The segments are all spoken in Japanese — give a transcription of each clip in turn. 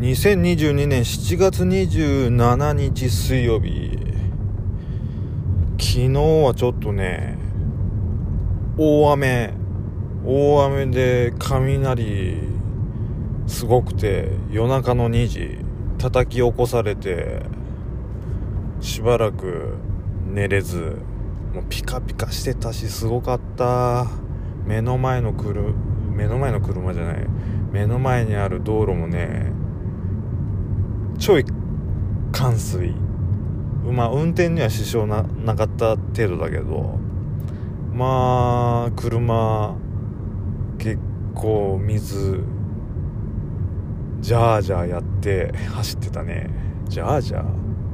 2022年7月27日水曜日。昨日はちょっとね、大雨で雷すごくて、夜中の2時叩き起こされて、しばらく寝れず、もうピカピカしてたし、すごかった。目の前の車じゃない、目の前にある道路もね、ちょい冠水。運転には支障なかった程度だけど、車結構水ジャージャーやって走ってたね。ジャージャー、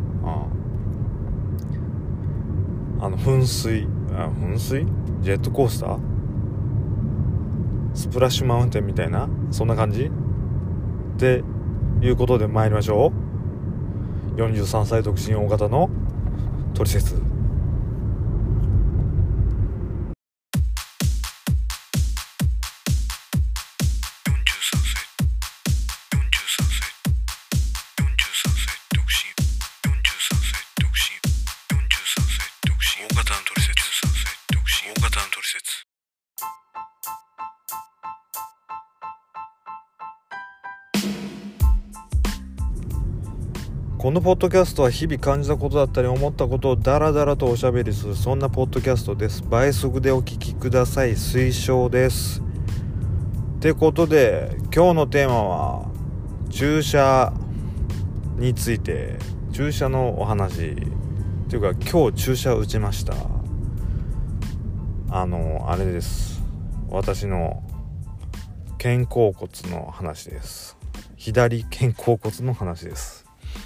噴水ジェットコースター、スプラッシュマウンテンみたいな、そんな感じっていうことで参りましょう。43歳独身大型のトリセツ。このポッドキャストは日々感じたことだったり思ったことをダラダラとおしゃべりする、そんなポッドキャストです。倍速でお聞きください。推奨です。ってことで、今日のテーマは注射について、注射のお話っていうか、今日注射打ちました。あれです、私の肩甲骨の話です。左肩甲骨の話です。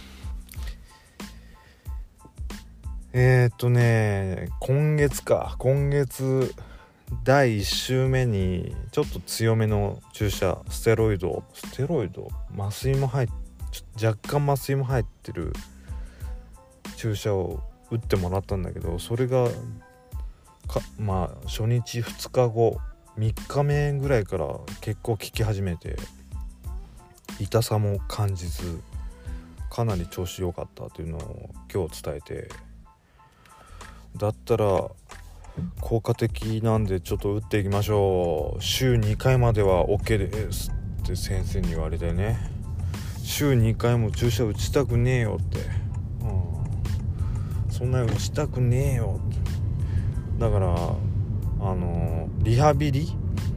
今月第1週目にちょっと強めの注射、ステロイド麻酔も若干麻酔も入ってる注射を打ってもらったんだけど、それが初日2日後3日目ぐらいから結構効き始めて、痛さも感じずかなり調子良かったというのを今日伝えて、だったら効果的なんでちょっと打っていきましょう。週2回までは OK ですって先生に言われてね。週2回も注射打ちたくねえよって、そんな打ちたくねえよって。だからリハビリ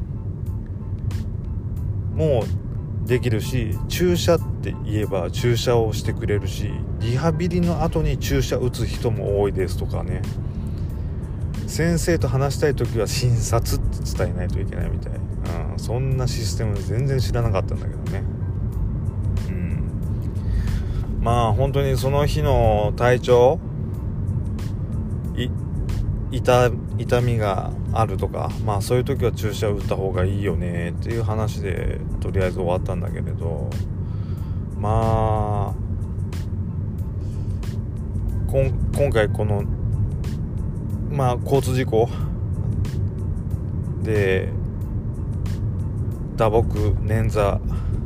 もできるし、注射って言えば注射をしてくれるし、リハビリの後に注射打つ人も多いですとかね。先生と話したい時は診察って伝えないといけないみたい、そんなシステム全然知らなかったんだけどね。本当にその日の体調、痛みがあるとか、そういう時は注射打った方がいいよねっていう話でとりあえず終わったんだけれど、今回この交通事故で打撲、捻挫、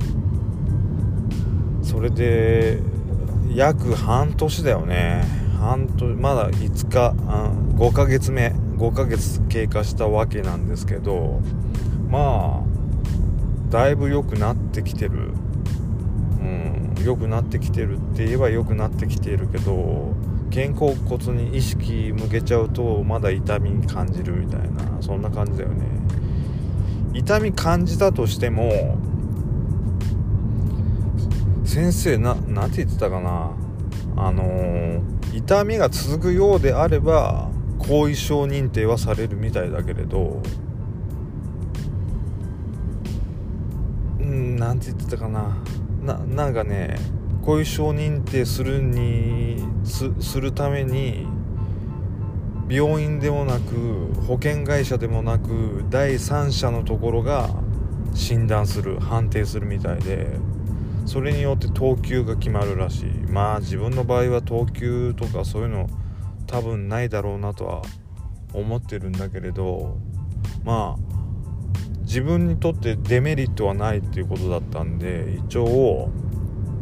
それで約半年だよね。まだ5日5ヶ月経過したわけなんですけど、だいぶ良くなってきてる。良くなってきてるって言えば良くなってきているけど、肩甲骨に意識向けちゃうとまだ痛み感じるみたいな、そんな感じだよね。痛み感じたとしても、先生なんて言ってたかな、痛みが続くようであれば後遺症認定はされるみたいだけれど、なんて言ってたかな、なんかね、後遺症認定するために病院でもなく保険会社でもなく第三者のところが判定するみたいで、それによって等級が決まるらしい。自分の場合は等級とかそういうの多分ないだろうなとは思ってるんだけれど、自分にとってデメリットはないっていうことだったんで、一応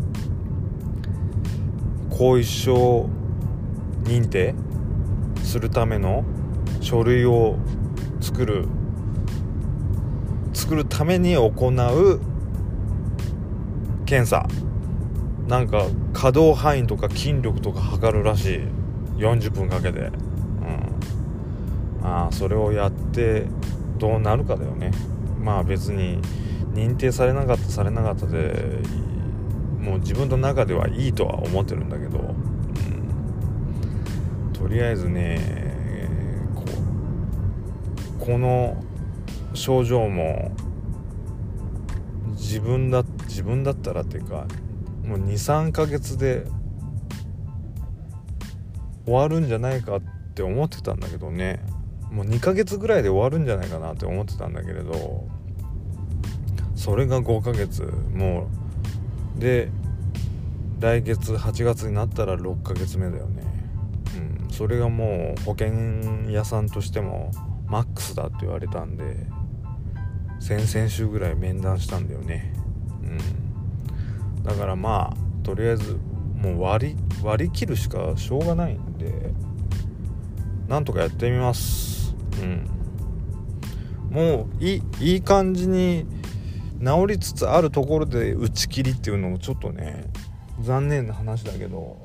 後遺症認定するための書類を作るために行う検査、なんか可動範囲とか筋力とか測るらしい。40分かけて、それをやってどうなるかだよね。まあ別に認定されなかったでもう自分の中ではいいとは思ってるんだけど、とりあえずねこの症状も自分だったらっていうかもう 2,3 ヶ月で終わるんじゃないかって思ってたんだけどね。もう2ヶ月ぐらいで終わるんじゃないかなって思ってたんだけれど、それが5ヶ月もうで、来月8月になったら6ヶ月目だよね。それがもう保険屋さんとしてもマックスだって言われたんで、先々週ぐらい面談したんだよね。だからまあとりあえずもう割り切るしかしょうがないんで、なんとかやってみます。もういい感じに治りつつあるところで打ち切りっていうのもちょっとね残念な話だけど、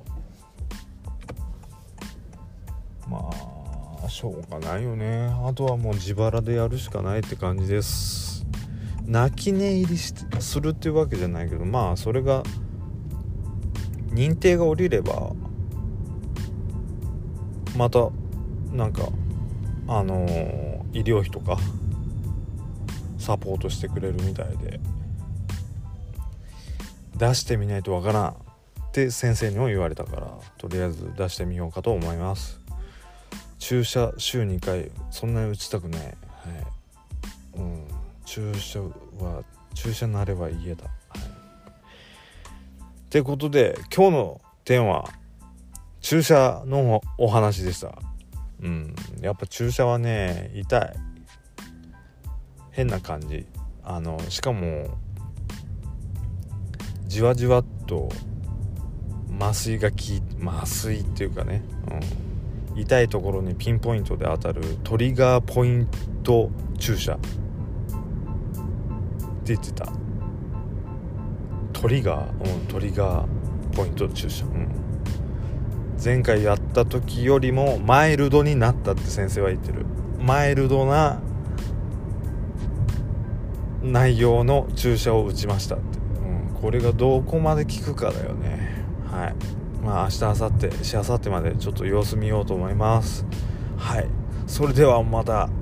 まあしょうがないよね。あとはもう自腹でやるしかないって感じです。泣き寝入りするっていうわけじゃないけど、まあそれが認定が下りればまたなんか医療費とかサポートしてくれるみたいで、出してみないとわからんって先生にも言われたから、とりあえず出してみようかと思います。注射週2回そんなに打ちたくない、注射なれば家だ、ってことで今日のテーマは注射のお話でした。やっぱ注射はね痛い、変な感じ。しかもじわじわっと麻酔っていうかね、痛いところにピンポイントで当たるトリガーポイント注射って言ってた。トリガーポイント注射、前回やった時よりもマイルドになったって先生は言ってる。マイルドな内容の注射を打ちましたって、これがどこまで効くかだよね。まあ明日明後日までちょっと様子見ようと思います。それではまた。